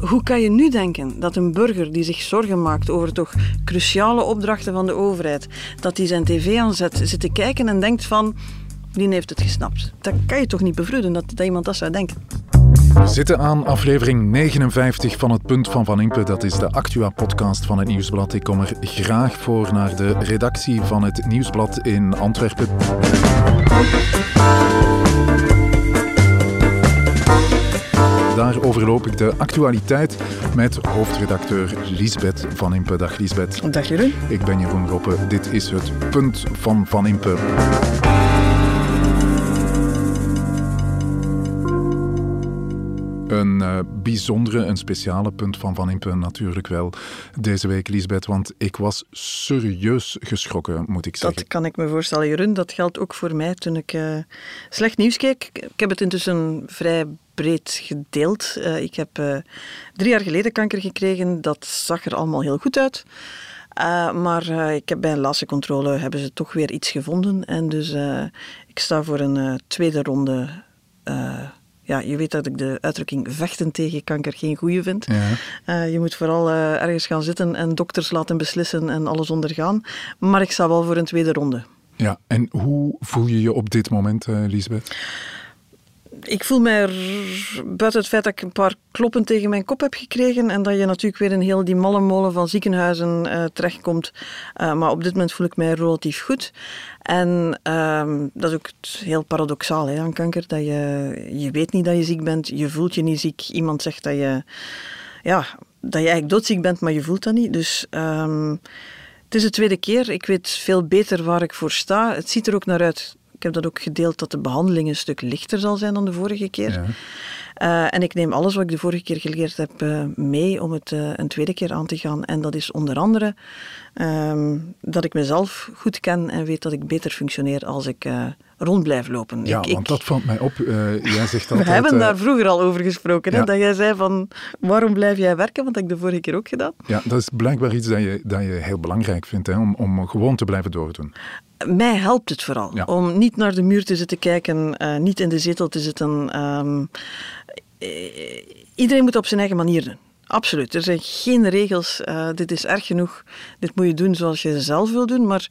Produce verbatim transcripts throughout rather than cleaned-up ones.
Hoe kan je nu denken dat een burger die zich zorgen maakt over toch cruciale opdrachten van de overheid, dat hij zijn tv aanzet, zit te kijken en denkt van, die heeft het gesnapt. Dat kan je toch niet bevroeden, dat, dat iemand dat zou denken. We zitten aan aflevering negenenvijftig van het Punt van Van Impe. Dat is de Actua-podcast van het Nieuwsblad. Ik kom er graag voor naar de redactie van het Nieuwsblad in Antwerpen. Daar overloop ik de actualiteit met hoofdredacteur Liesbeth Van Impe. Dag Liesbeth. Dag Jeroen. Ik ben Jeroen Roppe. Dit is het Punt van Van Impe. Een uh, bijzondere, een speciale Punt van Van Impe natuurlijk wel deze week, Liesbeth, want ik was serieus geschrokken, moet ik zeggen. Dat kan ik me voorstellen, Jeroen. Dat geldt ook voor mij toen ik uh, slecht nieuws keek. Ik heb het intussen vrij breed gedeeld. Uh, ik heb uh, drie jaar geleden kanker gekregen. Dat zag er allemaal heel goed uit. Uh, maar uh, ik heb bij een laatste controle hebben ze toch weer iets gevonden. En dus uh, ik sta voor een uh, tweede ronde. Uh, Ja, je weet dat ik de uitdrukking vechten tegen kanker geen goeie vind. Ja. Uh, je moet vooral uh, ergens gaan zitten en dokters laten beslissen en alles ondergaan. Maar ik sta wel voor een tweede ronde. Ja, en hoe voel je je op dit moment, uh, Liesbeth? Ik voel mij, er, buiten het feit dat ik een paar kloppen tegen mijn kop heb gekregen en dat je natuurlijk weer in heel die malle molen van ziekenhuizen uh, terechtkomt. Uh, maar op dit moment voel ik mij relatief goed. En uh, dat is ook heel paradoxaal hè, aan kanker. Dat je, je weet niet dat je ziek bent, je voelt je niet ziek. Iemand zegt dat je, ja, dat je eigenlijk doodziek bent, maar je voelt dat niet. Dus Um, het is de tweede keer. Ik weet veel beter waar ik voor sta. Het ziet er ook naar uit. Ik heb dat ook gedeeld dat de behandeling een stuk lichter zal zijn dan de vorige keer. Ja. Uh, en ik neem alles wat ik de vorige keer geleerd heb uh, mee om het uh, een tweede keer aan te gaan. En dat is onder andere um, dat ik mezelf goed ken en weet dat ik beter functioneer als ik uh, rond blijf lopen. Ja, ik, want ik, dat valt mij op. Uh, jij zegt altijd, we hebben uh, daar vroeger al over gesproken. Ja. Hè, dat jij zei van, waarom blijf jij werken? Want dat heb ik de vorige keer ook gedaan. Ja, dat is blijkbaar iets dat je, dat je heel belangrijk vindt, hè, om, om gewoon te blijven doordoen. Mij helpt het vooral. Ja. Om niet naar de muur te zitten kijken, uh, niet in de zetel te zitten. Um, iedereen moet op zijn eigen manier doen. Absoluut. Er zijn geen regels. Uh, dit is erg genoeg. Dit moet je doen zoals je zelf wil doen. Maar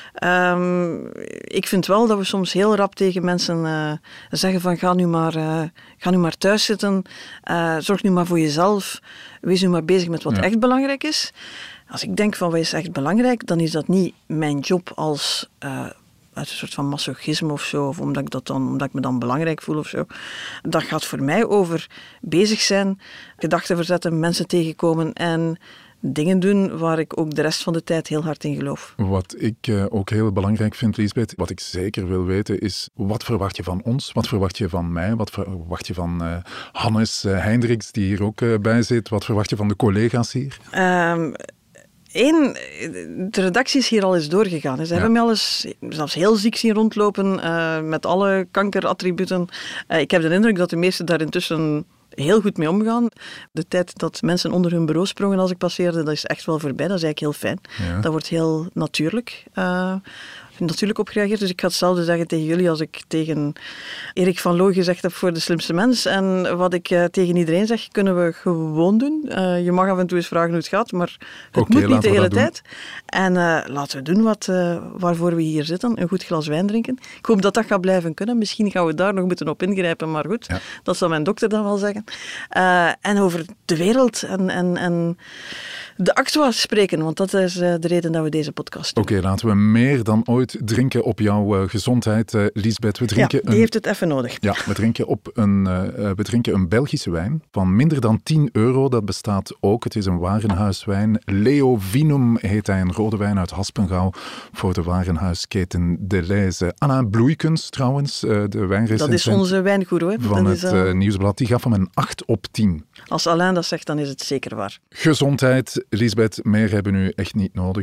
um, ik vind wel dat we soms heel rap tegen mensen uh, zeggen van ga nu maar, uh, ga nu maar thuis zitten. Uh, zorg nu maar voor jezelf. Wees nu maar bezig met wat ja. echt belangrijk is. Als ik denk van wat is echt belangrijk, dan is dat niet mijn job als uh, uit een soort van masochisme of zo, of omdat ik, dat dan, omdat ik me dan belangrijk voel of zo. Dat gaat voor mij over bezig zijn, gedachten verzetten, mensen tegenkomen en dingen doen waar ik ook de rest van de tijd heel hard in geloof. Wat ik uh, ook heel belangrijk vind, Liesbeth, wat ik zeker wil weten is, wat verwacht je van ons? Wat verwacht je van mij? Wat verwacht je van uh, Hannes uh, Hendricks, die hier ook uh, bij zit? Wat verwacht je van de collega's hier? Um, Eén, de redactie is hier al eens doorgegaan. Ze ja. hebben mij al eens zelfs heel ziek zien rondlopen uh, met alle kankerattributen. Uh, ik heb de indruk dat de meesten daar intussen heel goed mee omgaan. De tijd dat mensen onder hun bureau sprongen als ik passeerde, dat is echt wel voorbij. Dat is eigenlijk heel fijn. Ja. Dat wordt heel natuurlijk. Uh, natuurlijk op gereageerd. Dus ik ga hetzelfde zeggen tegen jullie als ik tegen Erik van Loo gezegd heb voor De Slimste Mens. En wat ik uh, tegen iedereen zeg, kunnen we gewoon doen. Uh, je mag af en toe eens vragen hoe het gaat, maar het okay, moet niet de hele tijd. En uh, laten we doen wat, uh, waarvoor we hier zitten. Een goed glas wijn drinken. Ik hoop dat dat gaat blijven kunnen. Misschien gaan we daar nog moeten op ingrijpen, maar goed. Ja. Dat zal mijn dokter dan wel zeggen. Uh, en over de wereld en, en, en de Actua spreken, want dat is uh, de reden dat we deze podcast doen. Oké, okay, laten we meer dan ooit drinken op jouw uh, gezondheid, uh, Liesbeth. We drinken ja, die een, heeft het even nodig. Ja, we drinken, op een, uh, we drinken een Belgische wijn van minder dan tien euro. Dat bestaat ook. Het is een warenhuiswijn. Leo Vinum heet hij, een rode wijn uit Haspengouw voor de warenhuisketen Delhaize. Anna Bloeikens trouwens, uh, de wijnrecensent. Dat is onze wijngoeroe. Van dat het is, uh... uh, Nieuwsblad. Die gaf hem een acht op tien. Als Alain dat zegt, dan is het zeker waar. Gezondheid, Liesbeth, meer hebben we nu echt niet nodig.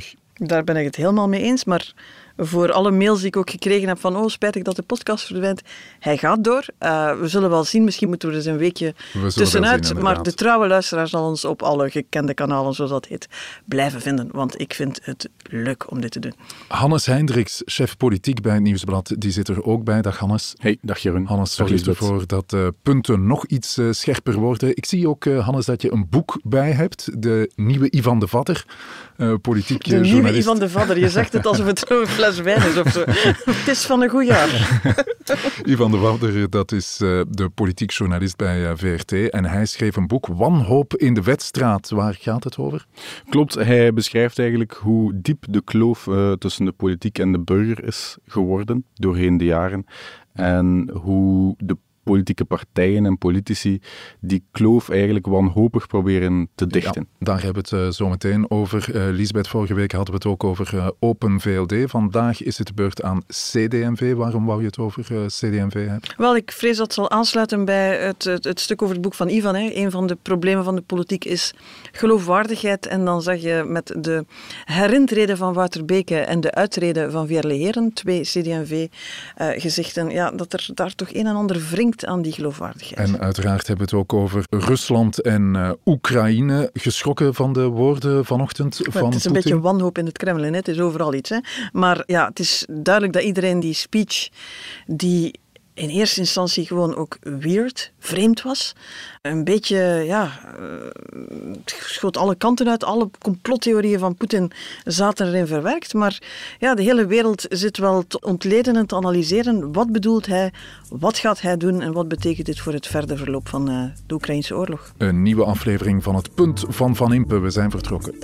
Daar ben ik het helemaal mee eens, maar voor alle mails die ik ook gekregen heb van oh, spijtig dat de podcast verdwijnt, hij gaat door. Uh, we zullen wel zien, misschien moeten we er eens een weekje tussenuit, zien, maar de trouwe luisteraar zal ons op alle gekende kanalen, zoals dat heet, blijven vinden, want ik vind het leuk om dit te doen. Hannes Hendricks, chef politiek bij het Nieuwsblad, die zit er ook bij. Dag Hannes. Hey, dag Jeroen. Hannes, zorg ervoor dat de uh, punten nog iets uh, scherper worden. Ik zie ook, uh, Hannes, dat je een boek bij hebt, de nieuwe Ivan de Vader, uh, politiek de nieuwe journalist. Ivan de Vader, je zegt het alsof het een fles wijn is of zo. Het is van een goed jaar. Ivan de Vader, dat is uh, de politiek journalist bij uh, V R T en hij schreef een boek, Wanhoop in de Wetstraat. Waar gaat het over? Klopt, hij beschrijft eigenlijk hoe diep de kloof uh, tussen de politiek en de burger is geworden doorheen de jaren en hoe de politieke partijen en politici die kloof eigenlijk wanhopig proberen te dichten. Ja, daar hebben we het uh, zo meteen over. Uh, Liesbeth, vorige week hadden we het ook over uh, Open V L D. Vandaag is het de beurt aan C D M V. Waarom wou je het over uh, C D M V hebben? Wel, ik vrees dat het zal aansluiten bij het, het, het stuk over het boek van Ivan. Hè. Een van de problemen van de politiek is geloofwaardigheid. En dan zag je met de herintrede van Wouter Beke en de uitrede van Veerle Heren, twee C D M V-gezichten, uh, ja, dat er daar toch een en ander wringt aan die geloofwaardigheid. En uiteraard hebben we het ook over Rusland en uh, Oekraïne. Geschrokken van de woorden vanochtend van Poetin? Het is een beetje wanhoop in het Kremlin, hè? Het is overal iets. Hè? Maar ja, het is duidelijk dat iedereen die speech, die in eerste instantie gewoon ook weird, vreemd was. Een beetje, ja, het schoot alle kanten uit. Alle complottheorieën van Poetin zaten erin verwerkt. Maar ja, de hele wereld zit wel te ontleden en te analyseren. Wat bedoelt hij? Wat gaat hij doen? En wat betekent dit voor het verder verloop van uh, de Oekraïnse oorlog? Een nieuwe aflevering van Het Punt van Van Impe. We zijn vertrokken.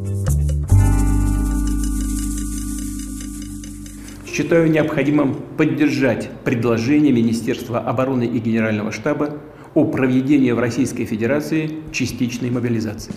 Считаю необходимым поддержать предложение Министерства обороны и Генерального штаба о проведении в Российской Федерации частичной мобилизации.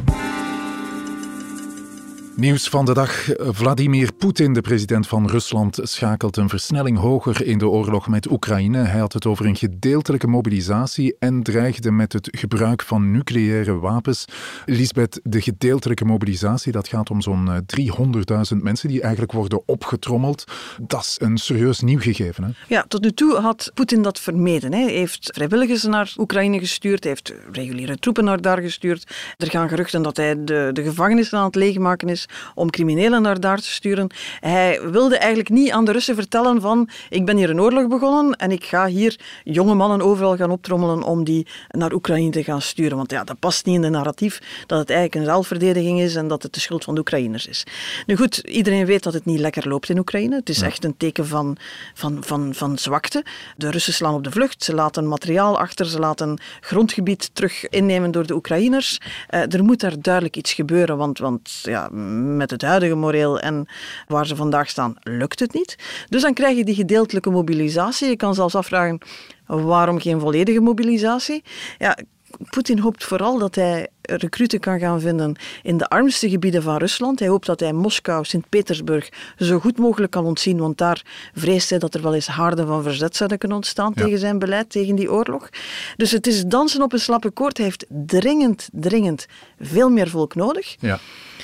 Nieuws van de dag. Vladimir Poetin, de president van Rusland, schakelt een versnelling hoger in de oorlog met Oekraïne. Hij had het over een gedeeltelijke mobilisatie en dreigde met het gebruik van nucleaire wapens. Liesbeth, de gedeeltelijke mobilisatie, dat gaat om zo'n driehonderdduizend mensen die eigenlijk worden opgetrommeld. Dat is een serieus nieuw gegeven, hè? Ja, tot nu toe had Poetin dat vermeden. Hij heeft vrijwilligers naar Oekraïne gestuurd, hij heeft reguliere troepen naar daar gestuurd. Er gaan geruchten dat hij de, de gevangenissen aan het leegmaken is om criminelen naar daar te sturen. Hij wilde eigenlijk niet aan de Russen vertellen van ik ben hier een oorlog begonnen en ik ga hier jonge mannen overal gaan optrommelen om die naar Oekraïne te gaan sturen. Want ja, dat past niet in de narratief dat het eigenlijk een zelfverdediging is en dat het de schuld van de Oekraïners is. Nu goed, iedereen weet dat het niet lekker loopt in Oekraïne. Het is ja. echt een teken van, van, van, van zwakte. De Russen slaan op de vlucht, ze laten materiaal achter, ze laten grondgebied terug innemen door de Oekraïners. Uh, er moet daar duidelijk iets gebeuren, want, want ja, met het huidige moreel en waar ze vandaag staan, lukt het niet. Dus dan krijg je die gedeeltelijke mobilisatie. Je kan zelfs afvragen, waarom geen volledige mobilisatie? Ja, Poetin hoopt vooral dat hij recruten kan gaan vinden in de armste gebieden van Rusland. Hij hoopt dat hij Moskou, Sint-Petersburg zo goed mogelijk kan ontzien, want daar vreest hij dat er wel eens haarden van verzet zouden kunnen ontstaan ja. tegen zijn beleid, tegen die oorlog. Dus het is dansen op een slappe koord. Hij heeft dringend, dringend veel meer volk nodig. Ja.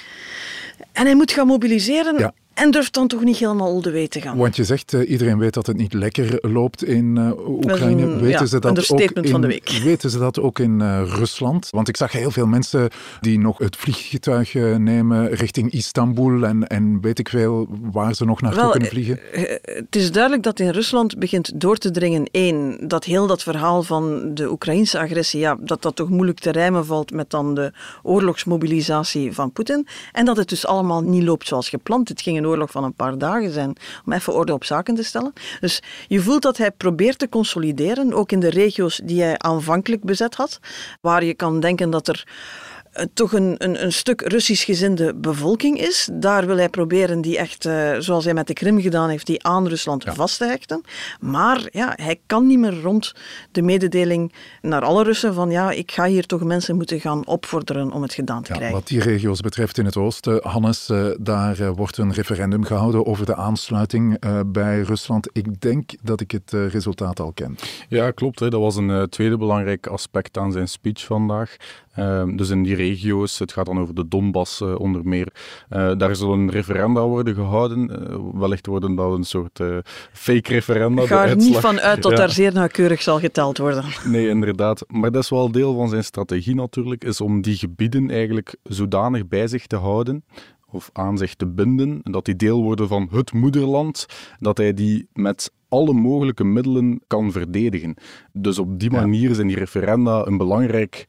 En hij moet gaan mobiliseren ja. en durft dan toch niet helemaal all the way te gaan. Want je zegt, uh, iedereen weet dat het niet lekker loopt in uh, Oekraïne. Een, weten, ja, ze dat ook in, van de week. weten ze dat ook in uh, Rusland? Want ik zag heel veel mensen die nog het vliegtuig uh, nemen richting Istanbul en, en weet ik veel waar ze nog naartoe Wel, kunnen vliegen. Uh, het is duidelijk dat in Rusland begint door te dringen, één, dat heel dat verhaal van de Oekraïnse agressie, ja, dat dat toch moeilijk te rijmen valt met dan de oorlogsmobilisatie van Poetin. En dat het dus allemaal niet loopt zoals gepland. Het ging een oorlog van een paar dagen zijn, om even orde op zaken te stellen. Dus je voelt dat hij probeert te consolideren, ook in de regio's die hij aanvankelijk bezet had, waar je kan denken dat er uh, toch een, een, een stuk Russisch-gezinde bevolking is. Daar wil hij proberen die echt, uh, zoals hij met de Krim gedaan heeft, die aan Rusland ja. vast te hechten. Maar ja, hij kan niet meer rond de mededeling naar alle Russen van ja, ik ga hier toch mensen moeten gaan opvorderen om het gedaan te ja, krijgen. Wat die regio's betreft in het oosten, Hannes, uh, daar uh, wordt een referendum gehouden over de aansluiting uh, bij Rusland. Ik denk dat ik het uh, resultaat al ken. Ja, klopt. Hè. Dat was een uh, tweede belangrijk aspect aan zijn speech vandaag. Uh, dus in die regio's. Het gaat dan over de Donbass uh, onder meer. Uh, daar zullen referenda worden gehouden. Uh, wellicht worden dat een soort uh, fake referenda. Ik ga er niet van uit dat ja. daar zeer nauwkeurig zal geteld worden. Nee, inderdaad. Maar dat is wel deel van zijn strategie natuurlijk, is om die gebieden eigenlijk zodanig bij zich te houden of aan zich te binden, dat die deel worden van het moederland, dat hij die met alle mogelijke middelen kan verdedigen. Dus op die manier zijn die referenda een belangrijk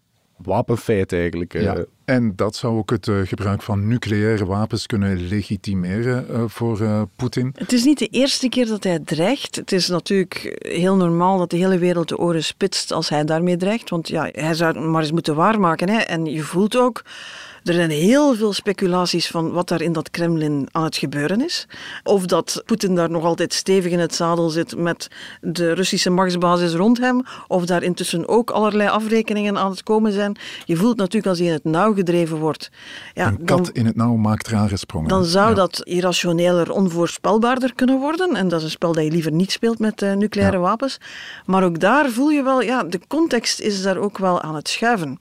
wapenfeit eigenlijk. Ja. En dat zou ook het uh, gebruik van nucleaire wapens kunnen legitimeren uh, voor uh, Poetin. Het is niet de eerste keer dat hij dreigt. Het is natuurlijk heel normaal dat de hele wereld de oren spitst als hij daarmee dreigt. Want ja, hij zou het maar eens moeten waarmaken. Hè. En je voelt ook, er zijn heel veel speculaties van wat daar in dat Kremlin aan het gebeuren is. Of dat Poetin daar nog altijd stevig in het zadel zit met de Russische machtsbasis rond hem. Of daar intussen ook allerlei afrekeningen aan het komen zijn. Je voelt natuurlijk als hij in het nauw gedreven wordt. Ja, een kat dan, in het nauw maakt rare sprongen. Dan zou ja. dat irrationeler, onvoorspelbaarder kunnen worden. En dat is een spel dat je liever niet speelt met uh, nucleaire ja. wapens. Maar ook daar voel je wel, ja, de context is daar ook wel aan het schuiven.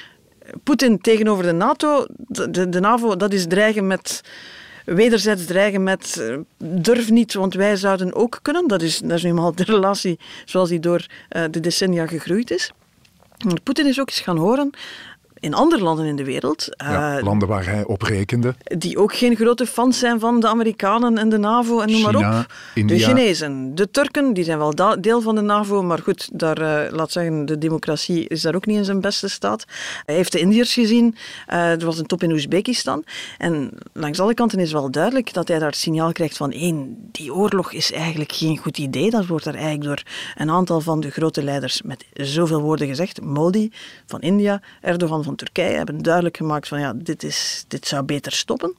Poetin tegenover de NATO, de, de, de NAVO, dat is dreigen met... Wederzijds dreigen met uh, durf niet, want wij zouden ook kunnen. Dat is, dat is nu eenmaal de relatie zoals die door uh, de decennia gegroeid is. Maar Poetin is ook eens gaan horen in andere landen in de wereld. Ja, uh, landen waar hij op rekende. Die ook geen grote fans zijn van de Amerikanen en de NAVO en noem China, maar op. India. De Chinezen, de Turken, die zijn wel da- deel van de NAVO, maar goed, daar, uh, laat zeggen, de democratie is daar ook niet in zijn beste staat. Hij heeft de Indiërs gezien, uh, er was een top in Oezbekistan. En langs alle kanten is wel duidelijk dat hij daar het signaal krijgt van één, die oorlog is eigenlijk geen goed idee. Dat wordt daar eigenlijk door een aantal van de grote leiders met zoveel woorden gezegd. Modi van India, Erdogan van Turkije hebben duidelijk gemaakt van ja, dit, is, dit zou beter stoppen.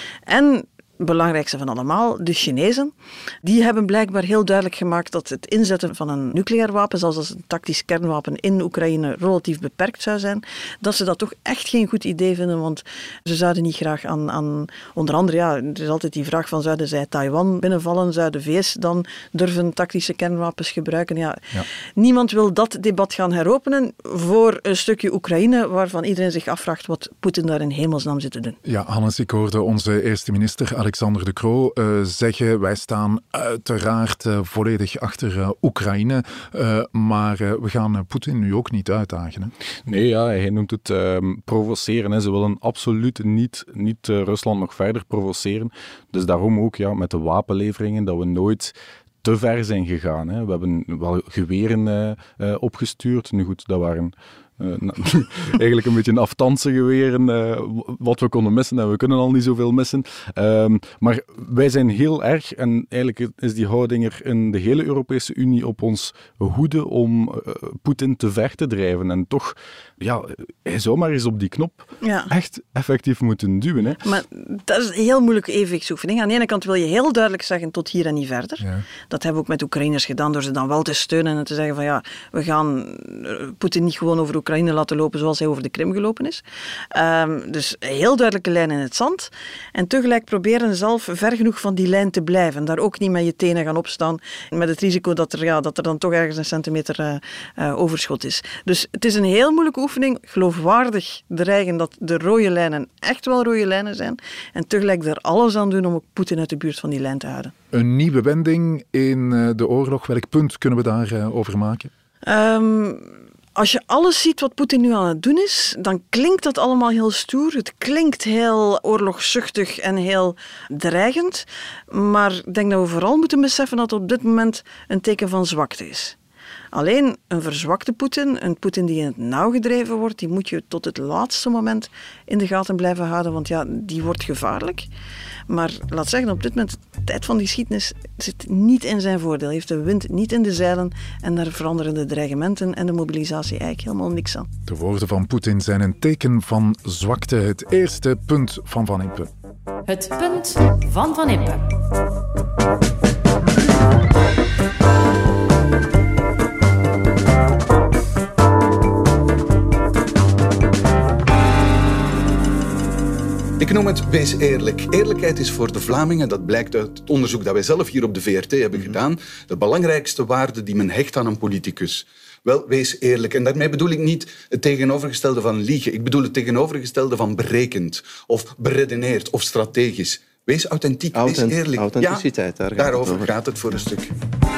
En het belangrijkste van allemaal, de Chinezen, die hebben blijkbaar heel duidelijk gemaakt dat het inzetten van een nucleair wapen, zelfs als een tactisch kernwapen in Oekraïne, relatief beperkt zou zijn, dat ze dat toch echt geen goed idee vinden, want ze zouden niet graag aan, aan onder andere, ja, er is altijd die vraag van, zouden zij Taiwan binnenvallen, zouden de V S dan durven tactische kernwapens gebruiken? Ja, ja. Niemand wil dat debat gaan heropenen voor een stukje Oekraïne, waarvan iedereen zich afvraagt wat Poetin daar in hemelsnaam zit te doen. Ja, Hannes, ik hoorde onze eerste minister, Alexander De Croo, uh, zeggen, wij staan uiteraard uh, volledig achter uh, Oekraïne, uh, maar uh, we gaan uh, Poetin nu ook niet uitdagen. Hè? Nee, ja, hij noemt het uh, provoceren. Hè. Ze willen absoluut niet, niet uh, Rusland nog verder provoceren. Dus daarom ook ja, met de wapenleveringen, dat we nooit te ver zijn gegaan. Hè. We hebben wel geweren uh, uh, opgestuurd. Nu goed, dat waren... Uh, nou, eigenlijk een beetje een aftansen geweren, uh, wat we konden missen en we kunnen al niet zoveel missen. Um, maar wij zijn heel erg, en eigenlijk is die houding er in de hele Europese Unie op ons hoede om uh, Poetin te ver te drijven. En toch, ja, hij zou maar eens op die knop ja. echt effectief moeten duwen. Hè. Maar dat is een heel moeilijke evenwichtsoefening. Aan de ene kant wil je heel duidelijk zeggen tot hier en niet verder. Ja. Dat hebben we ook met Oekraïners gedaan door ze dan wel te steunen en te zeggen van ja, we gaan Poetin niet gewoon over Oekraïne laten lopen zoals hij over de Krim gelopen is. Um, dus heel duidelijke lijn in het zand. En tegelijk proberen zelf ver genoeg van die lijn te blijven. Daar ook niet met je tenen gaan opstaan. Met het risico dat er, ja, dat er dan toch ergens een centimeter uh, uh, overschot is. Dus het is een heel moeilijke oefening. Geloofwaardig dreigen dat de rode lijnen echt wel rode lijnen zijn. En tegelijk er alles aan doen om ook Poetin uit de buurt van die lijn te houden. Een nieuwe wending in de oorlog. Welk punt kunnen we daarover uh, over maken? Um, Als je alles ziet wat Poetin nu aan het doen is, dan klinkt dat allemaal heel stoer. Het klinkt heel oorlogszuchtig en heel dreigend. Maar ik denk dat we vooral moeten beseffen dat het op dit moment een teken van zwakte is. Alleen een verzwakte Poetin, een Poetin die in het nauw gedreven wordt, die moet je tot het laatste moment in de gaten blijven houden, want ja, die wordt gevaarlijk. Maar laat zeggen, op dit moment, de tijd van die geschiedenis zit niet in zijn voordeel. Hij heeft de wind niet in de zeilen en daar veranderen de dreigementen en de mobilisatie eigenlijk helemaal niks aan. De woorden van Poetin zijn een teken van zwakte. Het eerste punt van Van Impe. Het punt van Van Impe. Ik noem het wees eerlijk. Eerlijkheid is voor de Vlamingen, dat blijkt uit het onderzoek dat wij zelf hier op de V R T hebben gedaan, de belangrijkste waarde die men hecht aan een politicus. Wel, wees eerlijk. En daarmee bedoel ik niet het tegenovergestelde van liegen. Ik bedoel het tegenovergestelde van berekend of beredeneerd of strategisch. Wees authentiek, Authent- wees eerlijk. Authenticiteit, daar ja, gaat daarover het over. gaat het voor een stuk.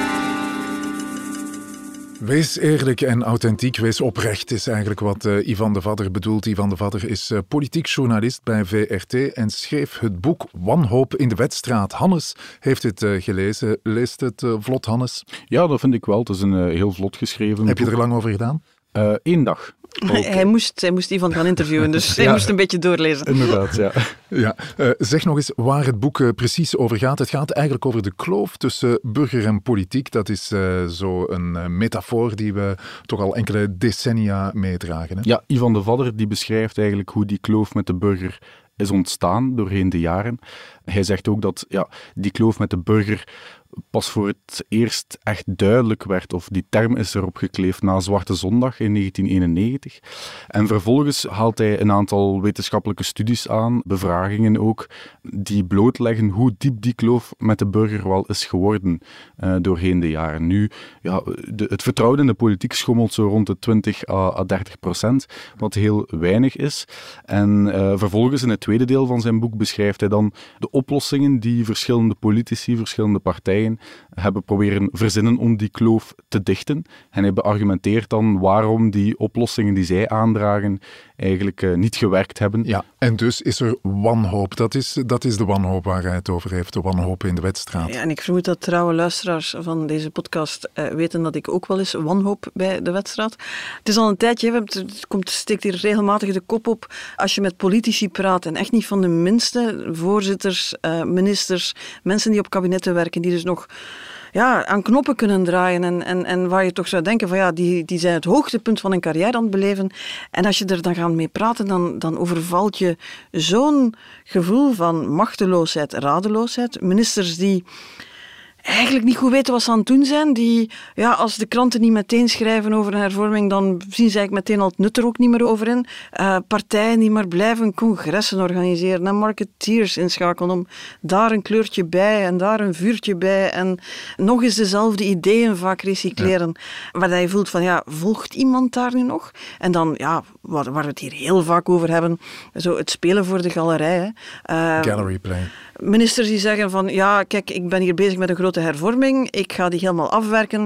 Wees eerlijk en authentiek, wees oprecht, is eigenlijk wat uh, Ivan de Vadder bedoelt. Ivan de Vadder is uh, politiek journalist bij V R T en schreef het boek Wanhoop in de Wetstraat. Hannes heeft het uh, gelezen. Leest het uh, vlot, Hannes? Ja, dat vind ik wel. Het is een uh, heel vlot geschreven Heb boek. je er lang over gedaan? Eén uh, dag. Hij, hij, moest, hij moest Ivan gaan interviewen, dus hij ja, moest een beetje doorlezen. Inderdaad, ja. ja. Uh, zeg nog eens waar het boek uh, precies over gaat. Het gaat eigenlijk over de kloof tussen burger en politiek. Dat is uh, zo een uh, metafoor die we toch al enkele decennia meedragen. Hè? Ja, Ivan de Vadder die beschrijft eigenlijk hoe die kloof met de burger is ontstaan doorheen de jaren. Hij zegt ook dat ja, die kloof met de burger pas voor het eerst echt duidelijk werd, of die term is erop gekleefd na Zwarte Zondag in negentien eenennegentig. En vervolgens haalt hij een aantal wetenschappelijke studies aan, bevragingen ook, die blootleggen hoe diep die kloof met de burger wel is geworden uh, doorheen de jaren. Nu, ja, de, het vertrouwen in de politiek schommelt zo rond de twintig à dertig procent, wat heel weinig is. En uh, vervolgens in het tweede deel van zijn boek beschrijft hij dan de oplossingen die verschillende politici, verschillende partijen hebben proberen verzinnen om die kloof te dichten. En hij beargumenteert dan waarom die oplossingen die zij aandragen eigenlijk uh, niet gewerkt hebben. Ja, en dus is er wanhoop. Dat is, dat is de wanhoop waar hij het over heeft, de wanhoop in de Wetstraat. Ja, en ik vermoed dat trouwe luisteraars van deze podcast uh, weten dat ik ook wel eens wanhoop bij de Wetstraat. Het is al een tijdje, het komt, steekt hier regelmatig de kop op, als je met politici praat, en echt niet van de minste, voorzitters, uh, ministers, mensen die op kabinetten werken, die dus nog ja, aan knoppen kunnen draaien en, en, en waar je toch zou denken van ja, die, die zijn het hoogtepunt van hun carrière aan het beleven. En als je er dan gaat mee praten, dan, dan overvalt je zo'n gevoel van machteloosheid, radeloosheid. Ministers die eigenlijk niet goed weten wat ze aan het doen zijn. Die, ja, als de kranten niet meteen schrijven over een hervorming, dan zien ze eigenlijk meteen al het nut er ook niet meer over in. Uh, partijen die maar blijven congressen organiseren en marketeers inschakelen om daar een kleurtje bij en daar een vuurtje bij en nog eens dezelfde ideeën vaak recycleren. Ja. Waar je voelt van, ja, volgt iemand daar nu nog? En dan, ja, waar, waar we het hier heel vaak over hebben, zo het spelen voor de galerij. Hè. Uh, Gallery play. Ministers die zeggen van, ja, kijk, ik ben hier bezig met een grote hervorming, ik ga die helemaal afwerken.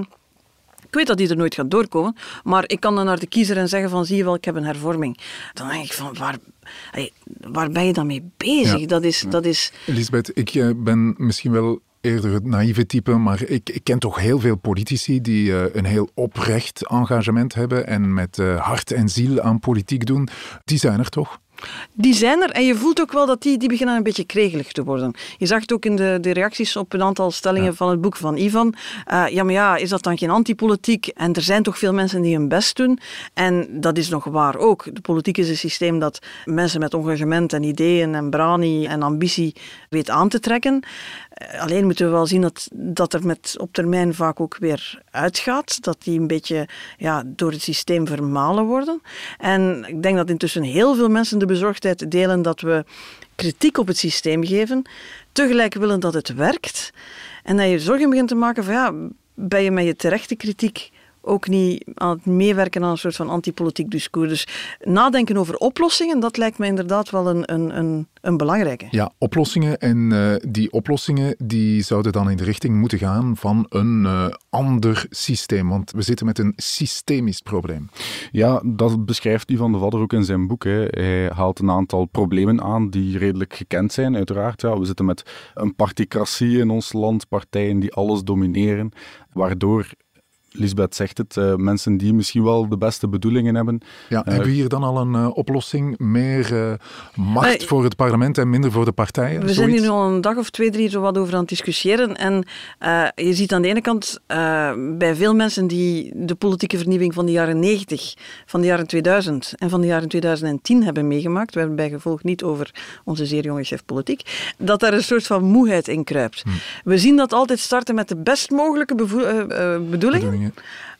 Ik weet dat die er nooit gaat doorkomen, maar ik kan dan naar de kiezer en zeggen van, zie je wel, ik heb een hervorming. Dan denk ik van, waar, hey, waar ben je dan mee bezig? Ja. Dat is, ja. dat is... Elisabeth, ik uh, ben misschien wel eerder het naïeve type, maar ik, ik ken toch heel veel politici die uh, een heel oprecht engagement hebben en met uh, hart en ziel aan politiek doen. Die zijn er toch? Die zijn er en je voelt ook wel dat die, die beginnen een beetje kregelig te worden. Je zag het ook in de, de reacties op een aantal stellingen ja. van het boek van Ivan. Uh, ja, maar ja, is dat dan geen antipolitiek? En er zijn toch veel mensen die hun best doen. En dat is nog waar ook. De politiek is een systeem dat mensen met engagement en ideeën en brani en ambitie weet aan te trekken. Uh, alleen moeten we wel zien dat, dat er met op termijn vaak ook weer uitgaat. Dat die een beetje ja, door het systeem vermalen worden. En ik denk dat intussen heel veel mensen de bezorgdheid delen dat we kritiek op het systeem geven, tegelijk willen dat het werkt en dat je zorgen begint te maken van ja, ben je met je terechte kritiek ook niet aan het meewerken aan een soort van antipolitiek discours. Dus nadenken over oplossingen, dat lijkt me inderdaad wel een, een, een, een belangrijke. Ja, oplossingen. En uh, die oplossingen die zouden dan in de richting moeten gaan van een uh, ander systeem. Want we zitten met een systemisch probleem. Ja, dat beschrijft Ivan de Vadder ook in zijn boek. Hè. Hij haalt een aantal problemen aan die redelijk gekend zijn, uiteraard. Ja, we zitten met een particratie in ons land, partijen die alles domineren, waardoor... Lisbeth zegt het, uh, mensen die misschien wel de beste bedoelingen hebben. Ja, uh, hebben we hier dan al een uh, oplossing? Meer uh, macht uh, voor het parlement en minder voor de partijen? We zoiets? zijn hier nu al een dag of twee, drie zo wat over aan het discussiëren. En uh, je ziet aan de ene kant uh, bij veel mensen die de politieke vernieuwing van de jaren negentig, van de jaren tweeduizend en van de jaren tweeduizend tien hebben meegemaakt, we hebben bij gevolg niet over onze zeer jonge chef politiek, dat daar een soort van moeheid in kruipt. Hm. We zien dat altijd starten met de best mogelijke bevo- uh, uh, bedoelingen.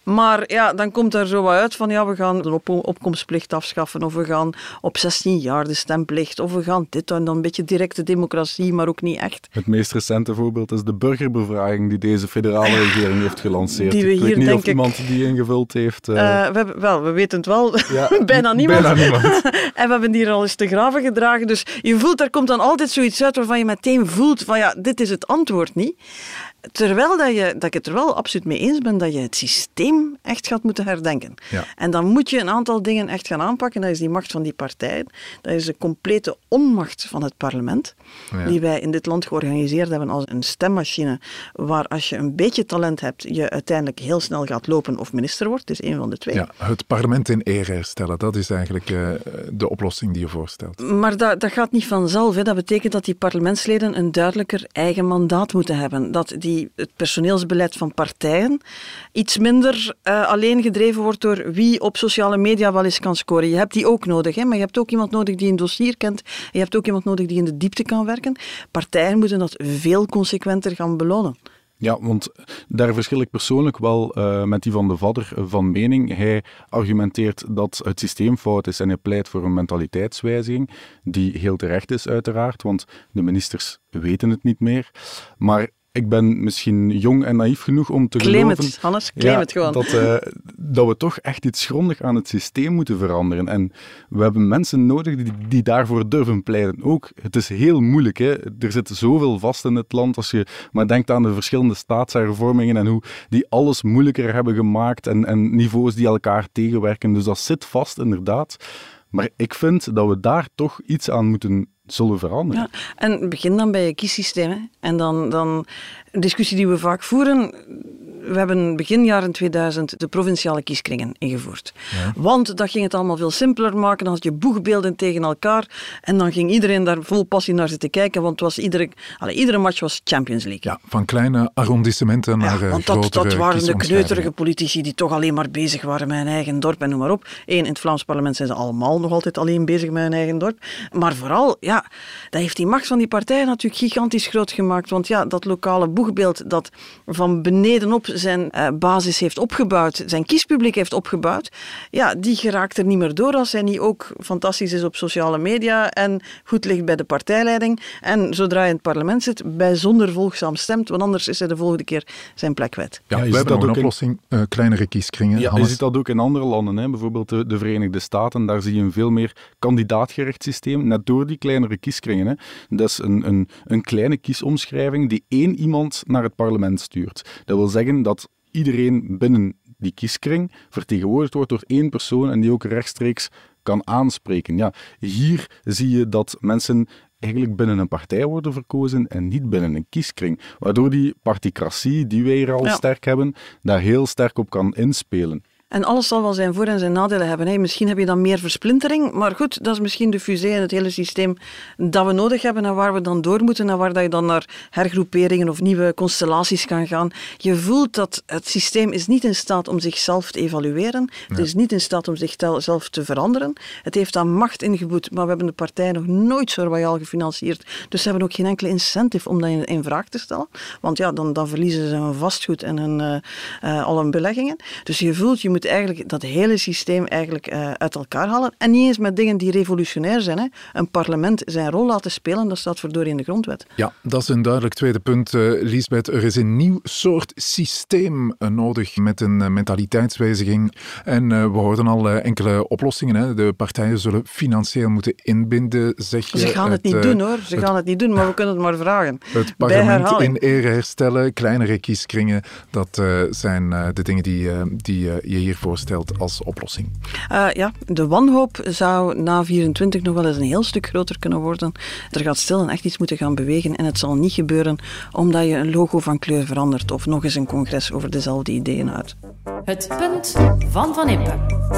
Maar ja, dan komt er zo wat uit van ja, we gaan de op- opkomstplicht afschaffen of we gaan op zestien jaar de stemplicht of we gaan dit en dan een beetje directe democratie, maar ook niet echt. Het meest recente voorbeeld is de burgerbevraging die deze federale regering heeft gelanceerd. Die we ik hier, weet niet denk of iemand ik, die ingevuld heeft. Uh... Uh, we, hebben, wel, we weten het wel. Ja, bijna niemand. Bijna niemand. En we hebben die er al eens te graven gedragen. Dus je voelt, er komt dan altijd zoiets uit waarvan je meteen voelt van ja, dit is het antwoord niet. Terwijl dat, je, dat ik het er wel absoluut mee eens ben dat je het systeem echt gaat moeten herdenken. Ja. En dan moet je een aantal dingen echt gaan aanpakken. Dat is die macht van die partijen. Dat is de complete onmacht van het parlement. Ja. Die wij in dit land georganiseerd hebben als een stemmachine. Waar als je een beetje talent hebt, je uiteindelijk heel snel gaat lopen of minister wordt. Het is één van de twee. Ja, het parlement in ere herstellen. Dat is eigenlijk uh, de oplossing die je voorstelt. Maar dat, dat gaat niet vanzelf. Hè. Dat betekent dat die parlementsleden een duidelijker eigen mandaat moeten hebben. Dat die het personeelsbeleid van partijen iets minder uh, alleen gedreven wordt door wie op sociale media wel eens kan scoren. Je hebt die ook nodig, hè, maar je hebt ook iemand nodig die een dossier kent. Je hebt ook iemand nodig die in de diepte kan werken. Partijen moeten dat veel consequenter gaan belonen. Ja, want daar verschil ik persoonlijk wel uh, met die van de Vadder van mening. Hij argumenteert dat het systeem fout is en hij pleit voor een mentaliteitswijziging, die heel terecht is uiteraard, want de ministers weten het niet meer. Maar ik ben misschien jong en naïef genoeg om te claim geloven... Het, Hannes, claim ja, het gewoon. Dat, uh, dat we toch echt iets grondig aan het systeem moeten veranderen. En we hebben mensen nodig die, die daarvoor durven pleiten. Ook, het is heel moeilijk. Hè? Er zit zoveel vast in het land. Als je maar denkt aan de verschillende staatshervormingen en hoe die alles moeilijker hebben gemaakt en, en niveaus die elkaar tegenwerken. Dus dat zit vast, inderdaad. Maar ik vind dat we daar toch iets aan moeten zullen veranderen. Ja, en begin dan bij je kiessysteem. Hè. En dan, dan een discussie die we vaak voeren. We hebben begin jaren tweeduizend de provinciale kieskringen ingevoerd. Ja. Want dat ging het allemaal veel simpeler maken. Dan had je boegbeelden tegen elkaar. En dan ging iedereen daar vol passie naar zitten kijken. Want het was iedere, allez, iedere match was Champions League. Ja, van kleine arrondissementen naar ja, want grotere dat, dat waren de kneuterige politici die toch alleen maar bezig waren met hun eigen dorp en noem maar op. Eén, in het Vlaams parlement zijn ze allemaal nog altijd alleen bezig met hun eigen dorp. Maar vooral, ja, dat heeft die macht van die partijen natuurlijk gigantisch groot gemaakt. Want ja, dat lokale boegbeeld dat van benedenop zijn uh, basis heeft opgebouwd, zijn kiespubliek heeft opgebouwd, ja, die geraakt er niet meer door als hij niet ook fantastisch is op sociale media en goed ligt bij de partijleiding en zodra hij in het parlement zit, bijzonder volgzaam stemt, want anders is hij de volgende keer zijn plek kwijt. Ja, ja, we hebben ook een oplossing, in... uh, kleinere kieskringen. Ja, je ziet dat ook in andere landen, hè. Bijvoorbeeld de, de Verenigde Staten, daar zie je een veel meer kandidaatgericht systeem, net door die kleinere kieskringen. Hè. Dat is een, een, een kleine kiesomschrijving die één iemand naar het parlement stuurt. Dat wil zeggen dat iedereen binnen die kieskring vertegenwoordigd wordt door één persoon en die ook rechtstreeks kan aanspreken. Ja, hier zie je dat mensen eigenlijk binnen een partij worden verkozen en niet binnen een kieskring. Waardoor die particratie, die wij hier al ja. sterk hebben, daar heel sterk op kan inspelen. En alles zal wel zijn voor- en zijn nadelen hebben. Hey, misschien heb je dan meer versplintering, maar goed, dat is misschien de fusée en het hele systeem dat we nodig hebben en waar we dan door moeten en waar dat je dan naar hergroeperingen of nieuwe constellaties kan gaan. Je voelt dat het systeem is niet in staat om zichzelf te evalueren. Het ja. is niet in staat om zichzelf te veranderen. Het heeft aan macht ingeboet, maar we hebben de partijen nog nooit zo royaal gefinancierd. Dus ze hebben ook geen enkele incentive om dat in, in vraag te stellen. Want ja, dan, dan verliezen ze hun vastgoed en hun, uh, uh, al hun beleggingen. Dus je voelt, je moet eigenlijk dat hele systeem eigenlijk uh, uit elkaar halen. En niet eens met dingen die revolutionair zijn. Hè. Een parlement zijn rol laten spelen, dat staat verdorie in de grondwet. Ja, dat is een duidelijk tweede punt, uh, Liesbeth. Er is een nieuw soort systeem uh, nodig met een uh, mentaliteitswijziging. En uh, we hoorden al uh, enkele oplossingen. Hè. De partijen zullen financieel moeten inbinden, zeg je. Ze gaan het, het niet uh, doen, hoor. Ze het, gaan het niet doen, maar we kunnen het maar vragen. Het parlement in ere herstellen, kleinere kieskringen, dat uh, zijn uh, de dingen die, uh, die uh, je hier voorstelt als oplossing. Uh, ja, de wanhoop zou na vierentwintig nog wel eens een heel stuk groter kunnen worden. Er gaat stil en echt iets moeten gaan bewegen en het zal niet gebeuren omdat je een logo van kleur verandert of nog eens een congres over dezelfde ideeën houdt. Het punt van Van Impe.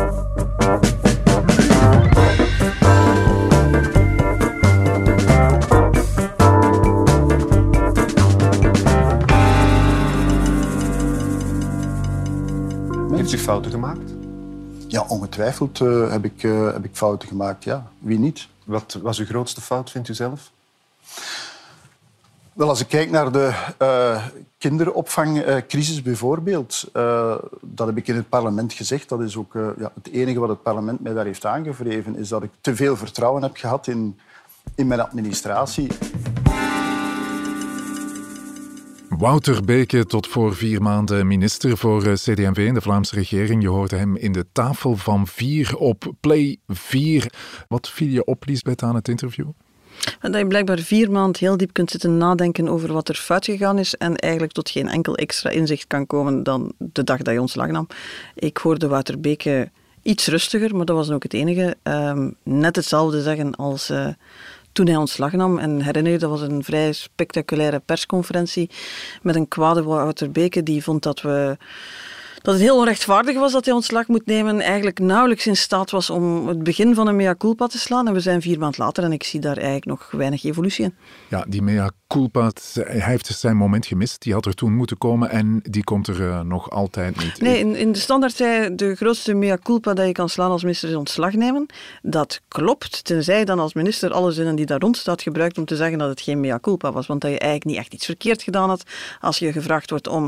Heeft u fouten gemaakt? Ja, ongetwijfeld uh, heb, ik, uh, heb ik fouten gemaakt, ja. Wie niet? Wat was uw grootste fout, vindt u zelf? Wel, als ik kijk naar de uh, kinderopvangcrisis uh, bijvoorbeeld, uh, dat heb ik in het parlement gezegd. Dat is ook uh, ja, het enige wat het parlement mij daar heeft aangevreven, is dat ik te veel vertrouwen heb gehad in, in mijn administratie. Wouter Beke, tot voor vier maanden minister voor C D en V in de Vlaamse regering. Je hoorde hem in de Tafel van Vier op Play vier. Wat viel je op, Liesbeth, aan het interview? Dat je blijkbaar vier maanden heel diep kunt zitten nadenken over wat er fout gegaan is en eigenlijk tot geen enkel extra inzicht kan komen dan de dag dat je ontslag nam. Ik hoorde Wouter Beke iets rustiger, maar dat was ook het enige. Um, net hetzelfde zeggen als uh, toen hij ontslag nam. En herinner je, dat was een vrij spectaculaire persconferentie met een kwade Wouter Beke die vond dat we... dat het heel onrechtvaardig was dat hij ontslag moet nemen, eigenlijk nauwelijks in staat was om het begin van een mea culpa te slaan. En we zijn vier maanden later en ik zie daar eigenlijk nog weinig evolutie in. Ja, die mea culpa, hij heeft zijn moment gemist. Die had er toen moeten komen en die komt er uh, nog altijd niet. Nee, in, in de standaard zei de grootste mea culpa dat je kan slaan als minister is ontslag nemen. Dat klopt, tenzij je dan als minister alle zinnen die daar rond staat gebruikt om te zeggen dat het geen mea culpa was. Want dat je eigenlijk niet echt iets verkeerd gedaan had. Als je gevraagd wordt om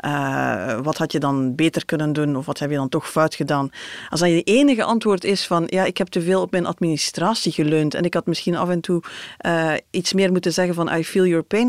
uh, wat had je dan beter kunnen doen of wat heb je dan toch fout gedaan. Als dat je enige antwoord is van ja, ik heb te veel op mijn administratie geleund en ik had misschien af en toe uh, iets meer moeten zeggen van I feel your pain.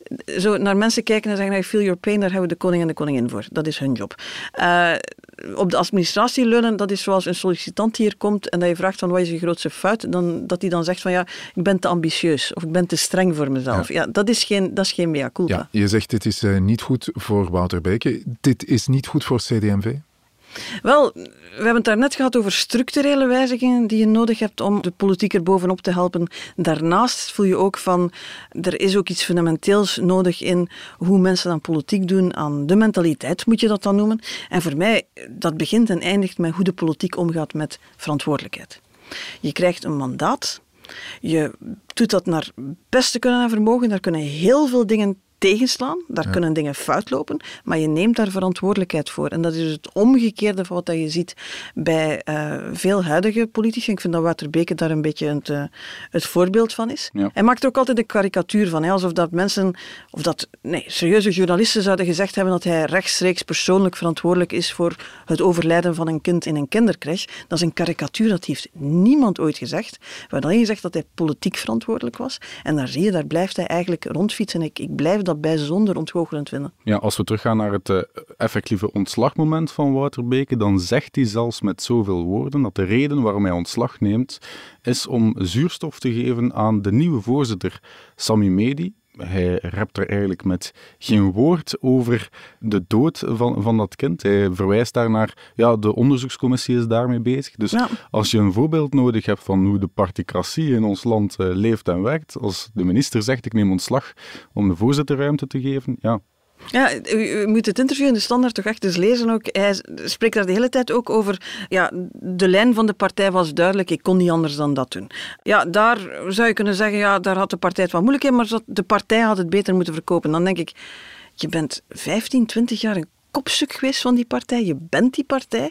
Zo naar mensen kijken en zeggen I feel your pain, daar hebben we de koning en de koningin voor. Dat is hun job. Uh, op de administratie leunen, dat is zoals een sollicitant hier komt en dat je vraagt van wat is je grootste fout, dan, dat hij dan zegt van ja, ik ben te ambitieus of ik ben te streng voor mezelf. Ja, ja dat is geen, dat is geen mea culpa. Ja, je zegt dit is uh, niet goed voor Wouter Beke. Dit is niet goed voor C D en V? Wel, we hebben het daarnet gehad over structurele wijzigingen die je nodig hebt om de politiek er bovenop te helpen. Daarnaast voel je ook van, er is ook iets fundamenteels nodig in hoe mensen dan politiek doen, aan de mentaliteit moet je dat dan noemen. En voor mij, dat begint en eindigt met hoe de politiek omgaat met verantwoordelijkheid. Je krijgt een mandaat, je doet dat naar beste kunnen en vermogen, daar kunnen heel veel dingen tegenslaan, daar ja. kunnen dingen fout lopen, maar je neemt daar verantwoordelijkheid voor. En dat is het omgekeerde van wat je ziet bij uh, veel huidige politici. Ik vind dat Wouter Beke daar een beetje het, uh, het voorbeeld van is. Ja. Hij maakt er ook altijd een karikatuur van, hè, alsof dat mensen, of dat nee, serieuze journalisten zouden gezegd hebben dat hij rechtstreeks persoonlijk verantwoordelijk is voor het overlijden van een kind in een kindercrèche. Dat is een karikatuur, dat heeft niemand ooit gezegd. We hebben alleen gezegd dat hij politiek verantwoordelijk was. En daar zie je, daar blijft hij eigenlijk rondfietsen. Ik, ik blijf dat bijzonder ontgoochelend vinden. Ja, als we teruggaan naar het uh, effectieve ontslagmoment van Wouter Beke, dan zegt hij zelfs met zoveel woorden dat de reden waarom hij ontslag neemt, is om zuurstof te geven aan de nieuwe voorzitter, Sami Medi. Hij rept er eigenlijk met geen woord over de dood van, van dat kind. Hij verwijst daar naar, ja, de onderzoekscommissie is daarmee bezig. Dus ja. Als je een voorbeeld nodig hebt van hoe de particratie in ons land uh, leeft en werkt, als de minister zegt, ik neem ontslag om de voorzitter ruimte te geven, ja... Ja, u, u moet het interview in de Standaard toch echt eens lezen ook. Hij spreekt daar de hele tijd ook over, ja, de lijn van de partij was duidelijk, ik kon niet anders dan dat doen. Ja, daar zou je kunnen zeggen, ja, daar had de partij het wat moeilijk in, maar de partij had het beter moeten verkopen. Dan denk ik, je bent vijftien, twintig jaar een kopstuk geweest van die partij, je bent die partij.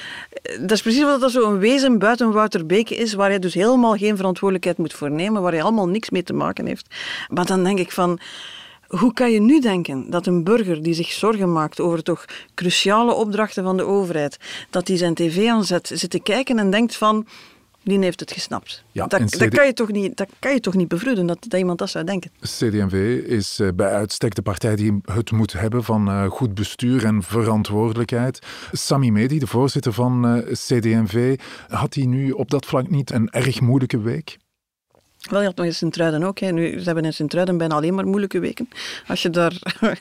Dat is precies wat dat zo'n wezen buiten Wouter Beke is, waar hij dus helemaal geen verantwoordelijkheid moet voor nemen, waar hij allemaal niks mee te maken heeft. Maar dan denk ik van... Hoe kan je nu denken dat een burger die zich zorgen maakt over toch cruciale opdrachten van de overheid, dat hij zijn tv aanzet, zit te kijken en denkt van, die heeft het gesnapt. Ja, dat, C D... dat, kan je toch niet, dat kan je toch niet bevroeden, dat, dat iemand dat zou denken. C D en V is uh, bij uitstek de partij die het moet hebben van uh, goed bestuur en verantwoordelijkheid. Sami Medi, de voorzitter van uh, C D en V, had hij nu op dat vlak niet een erg moeilijke week? Wel, je had nog in Sint-Truiden ook. Hè. Nu, ze hebben in Sint-Truiden bijna alleen maar moeilijke weken. Als je daar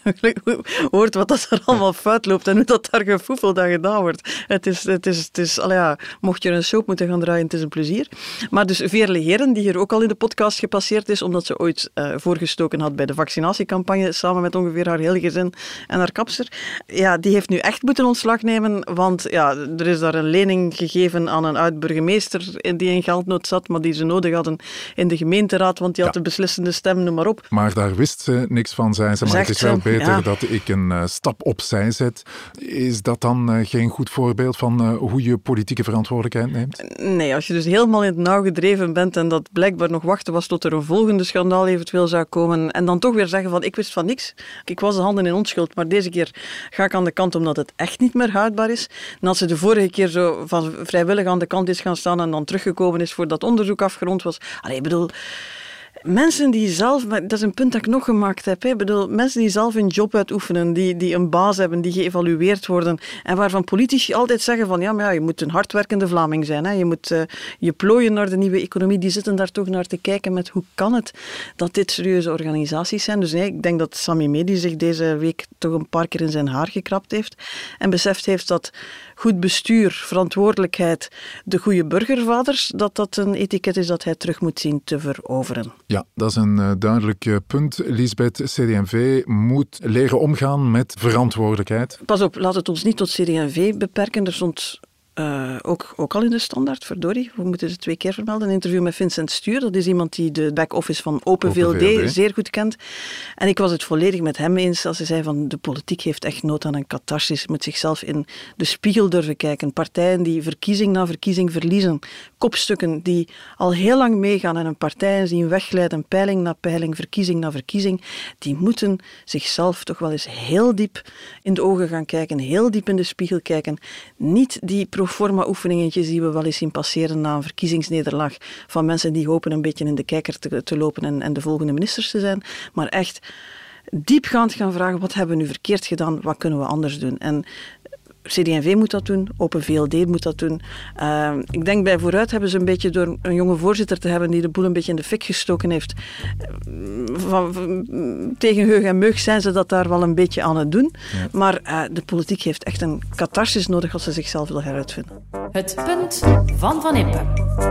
hoort wat dat er allemaal fout loopt en hoe dat daar gefoefeld aan gedaan wordt. Het is, het is, het is allee, ja, mocht je een soap moeten gaan draaien, het is een plezier. Maar dus Veerle Heren, die hier ook al in de podcast gepasseerd is, omdat ze ooit uh, voorgestoken had bij de vaccinatiecampagne, samen met ongeveer haar hele gezin en haar kapster. Ja, die heeft nu echt moeten ontslag nemen, want ja, er is daar een lening gegeven aan een oud-burgemeester die in geldnood zat, maar die ze nodig hadden in de gemeenteraad, want die had ja. de beslissende stem, noem maar op. Maar daar wist ze niks van, zei ze. Maar Zegt het is wel ze, beter ja. dat ik een uh, stap opzij zet. Is dat dan uh, geen goed voorbeeld van uh, hoe je politieke verantwoordelijkheid neemt? Nee, als je dus helemaal in het nauw gedreven bent en dat blijkbaar nog wachten was tot er een volgende schandaal eventueel zou komen en dan toch weer zeggen van ik wist van niks. Ik was de handen in onschuld, maar deze keer ga ik aan de kant omdat het echt niet meer houdbaar is. En als ze de vorige keer zo van vrijwillig aan de kant is gaan staan en dan teruggekomen is voordat dat onderzoek afgerond was. Allee, ik bedoel, mensen die zelf, dat is een punt dat ik nog gemaakt heb, hè. Ik bedoel, mensen die zelf een job uitoefenen, die, die een baas hebben, die geëvalueerd worden en waarvan politici altijd zeggen van ja, maar ja, je moet een hardwerkende Vlaming zijn. Hè. Je moet uh, je plooien naar de nieuwe economie. Die zitten daar toch naar te kijken met hoe kan het dat dit serieuze organisaties zijn. Dus nee, ik denk dat Sami Medi zich deze week toch een paar keer in zijn haar gekrapt heeft en beseft heeft dat goed bestuur, verantwoordelijkheid, de goede burgervaders, dat dat een etiket is dat hij terug moet zien te veroveren. Ja, dat is een uh, duidelijk uh, punt. Lisbeth, C D en V moet leren omgaan met verantwoordelijkheid. Pas op, laat het ons niet tot C D en V beperken. Er stond uh, ook, ook al in de standaard, verdorie, we moeten ze twee keer vermelden, een interview met Vincent Stuur. Dat is iemand die de back-office van Open, Open V L D, V L D zeer goed kent. En ik was het volledig met hem eens als hij zei van de politiek heeft echt nood aan een catharsis. Moet zichzelf in de spiegel durven kijken. Partijen die verkiezing na verkiezing verliezen. Kopstukken die al heel lang meegaan en een partijen zien wegglijden, peiling na peiling, verkiezing na verkiezing. Die moeten zichzelf toch wel eens heel diep in de ogen gaan kijken, heel diep in de spiegel kijken. Niet die proforma oefeningetjes die we wel eens zien passeren na een verkiezingsnederlaag van mensen die hopen een beetje in de kijker te, te lopen en, en de volgende ministers te zijn, maar echt diepgaand gaan vragen, wat hebben we nu verkeerd gedaan, wat kunnen we anders doen? En C D en V moet dat doen, Open V L D moet dat doen. Uh, ik denk bij Vooruit hebben ze een beetje door een jonge voorzitter te hebben die de boel een beetje in de fik gestoken heeft. Van, van, tegen heug en meug zijn ze dat daar wel een beetje aan het doen. Ja. Maar uh, de politiek heeft echt een catharsis nodig als ze zichzelf wil heruitvinden. Het punt van Van Impe.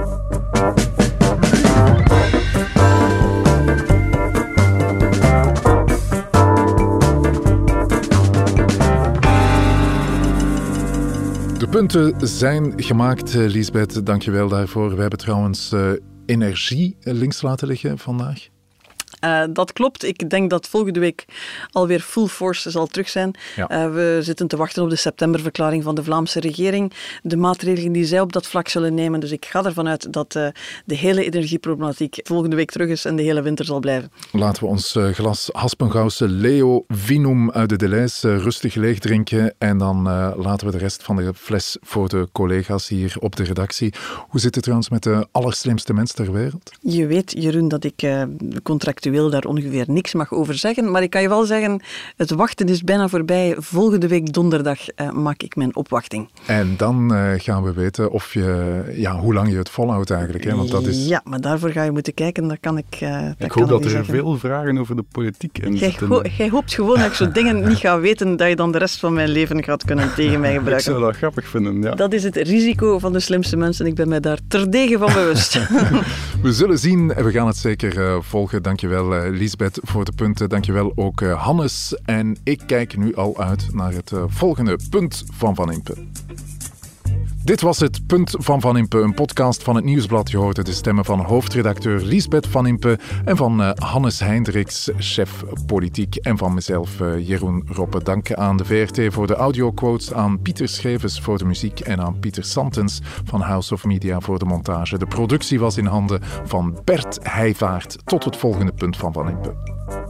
De punten zijn gemaakt, Lisbeth. Dank je wel daarvoor. We hebben trouwens uh, energie links laten liggen vandaag. Uh, dat klopt. Ik denk dat volgende week alweer full force zal terug zijn. Ja. Uh, we zitten te wachten op de septemberverklaring van de Vlaamse regering. De maatregelen die zij op dat vlak zullen nemen. Dus ik ga ervan uit dat uh, de hele energieproblematiek volgende week terug is en de hele winter zal blijven. Laten we ons uh, glas Haspengouwse Leo Vinum uit de Deleuze uh, rustig leeg drinken en dan uh, laten we de rest van de fles voor de collega's hier op de redactie. Hoe zit het trouwens met de allerslimste mens ter wereld? Je weet, Jeroen, dat ik uh, contractueel daar ongeveer niks mag over zeggen, maar ik kan je wel zeggen, het wachten is bijna voorbij. Volgende week donderdag uh, maak ik mijn opwachting. En dan uh, gaan we weten of je, ja, hoe lang je het volhoudt eigenlijk. Hè? Want dat is... Ja, maar daarvoor ga je moeten kijken. Dat kan ik. Uh, dat ik kan hoop dat er zeggen. veel vragen over de politiek in jij zitten. Ho- jij hoopt gewoon dat ik zo dingen niet ga weten, dat je dan de rest van mijn leven gaat kunnen tegen mij gebruiken. Ik zou dat grappig vinden, ja. Dat is het risico van de slimste mensen. Ik ben mij daar terdege van bewust. We zullen zien en we gaan het zeker uh, volgen. Dankjewel uh, Lisbeth voor de punten. Dankjewel ook uh, Hannes. En ik kijk nu al uit naar het uh, volgende punt van Van Impe. Dit was het Punt van Van Impe, een podcast van het Nieuwsblad. Je hoorde de stemmen van hoofdredacteur Lisbeth Van Impe en van uh, Hannes Heindriks, chef politiek, en van mezelf, uh, Jeroen Roppe. Dank aan de V R T voor de audioquotes, aan Pieter Schevers voor de muziek en aan Pieter Santens van House of Media voor de montage. De productie was in handen van Bert Heijvaart. Tot het volgende Punt van Van Impe.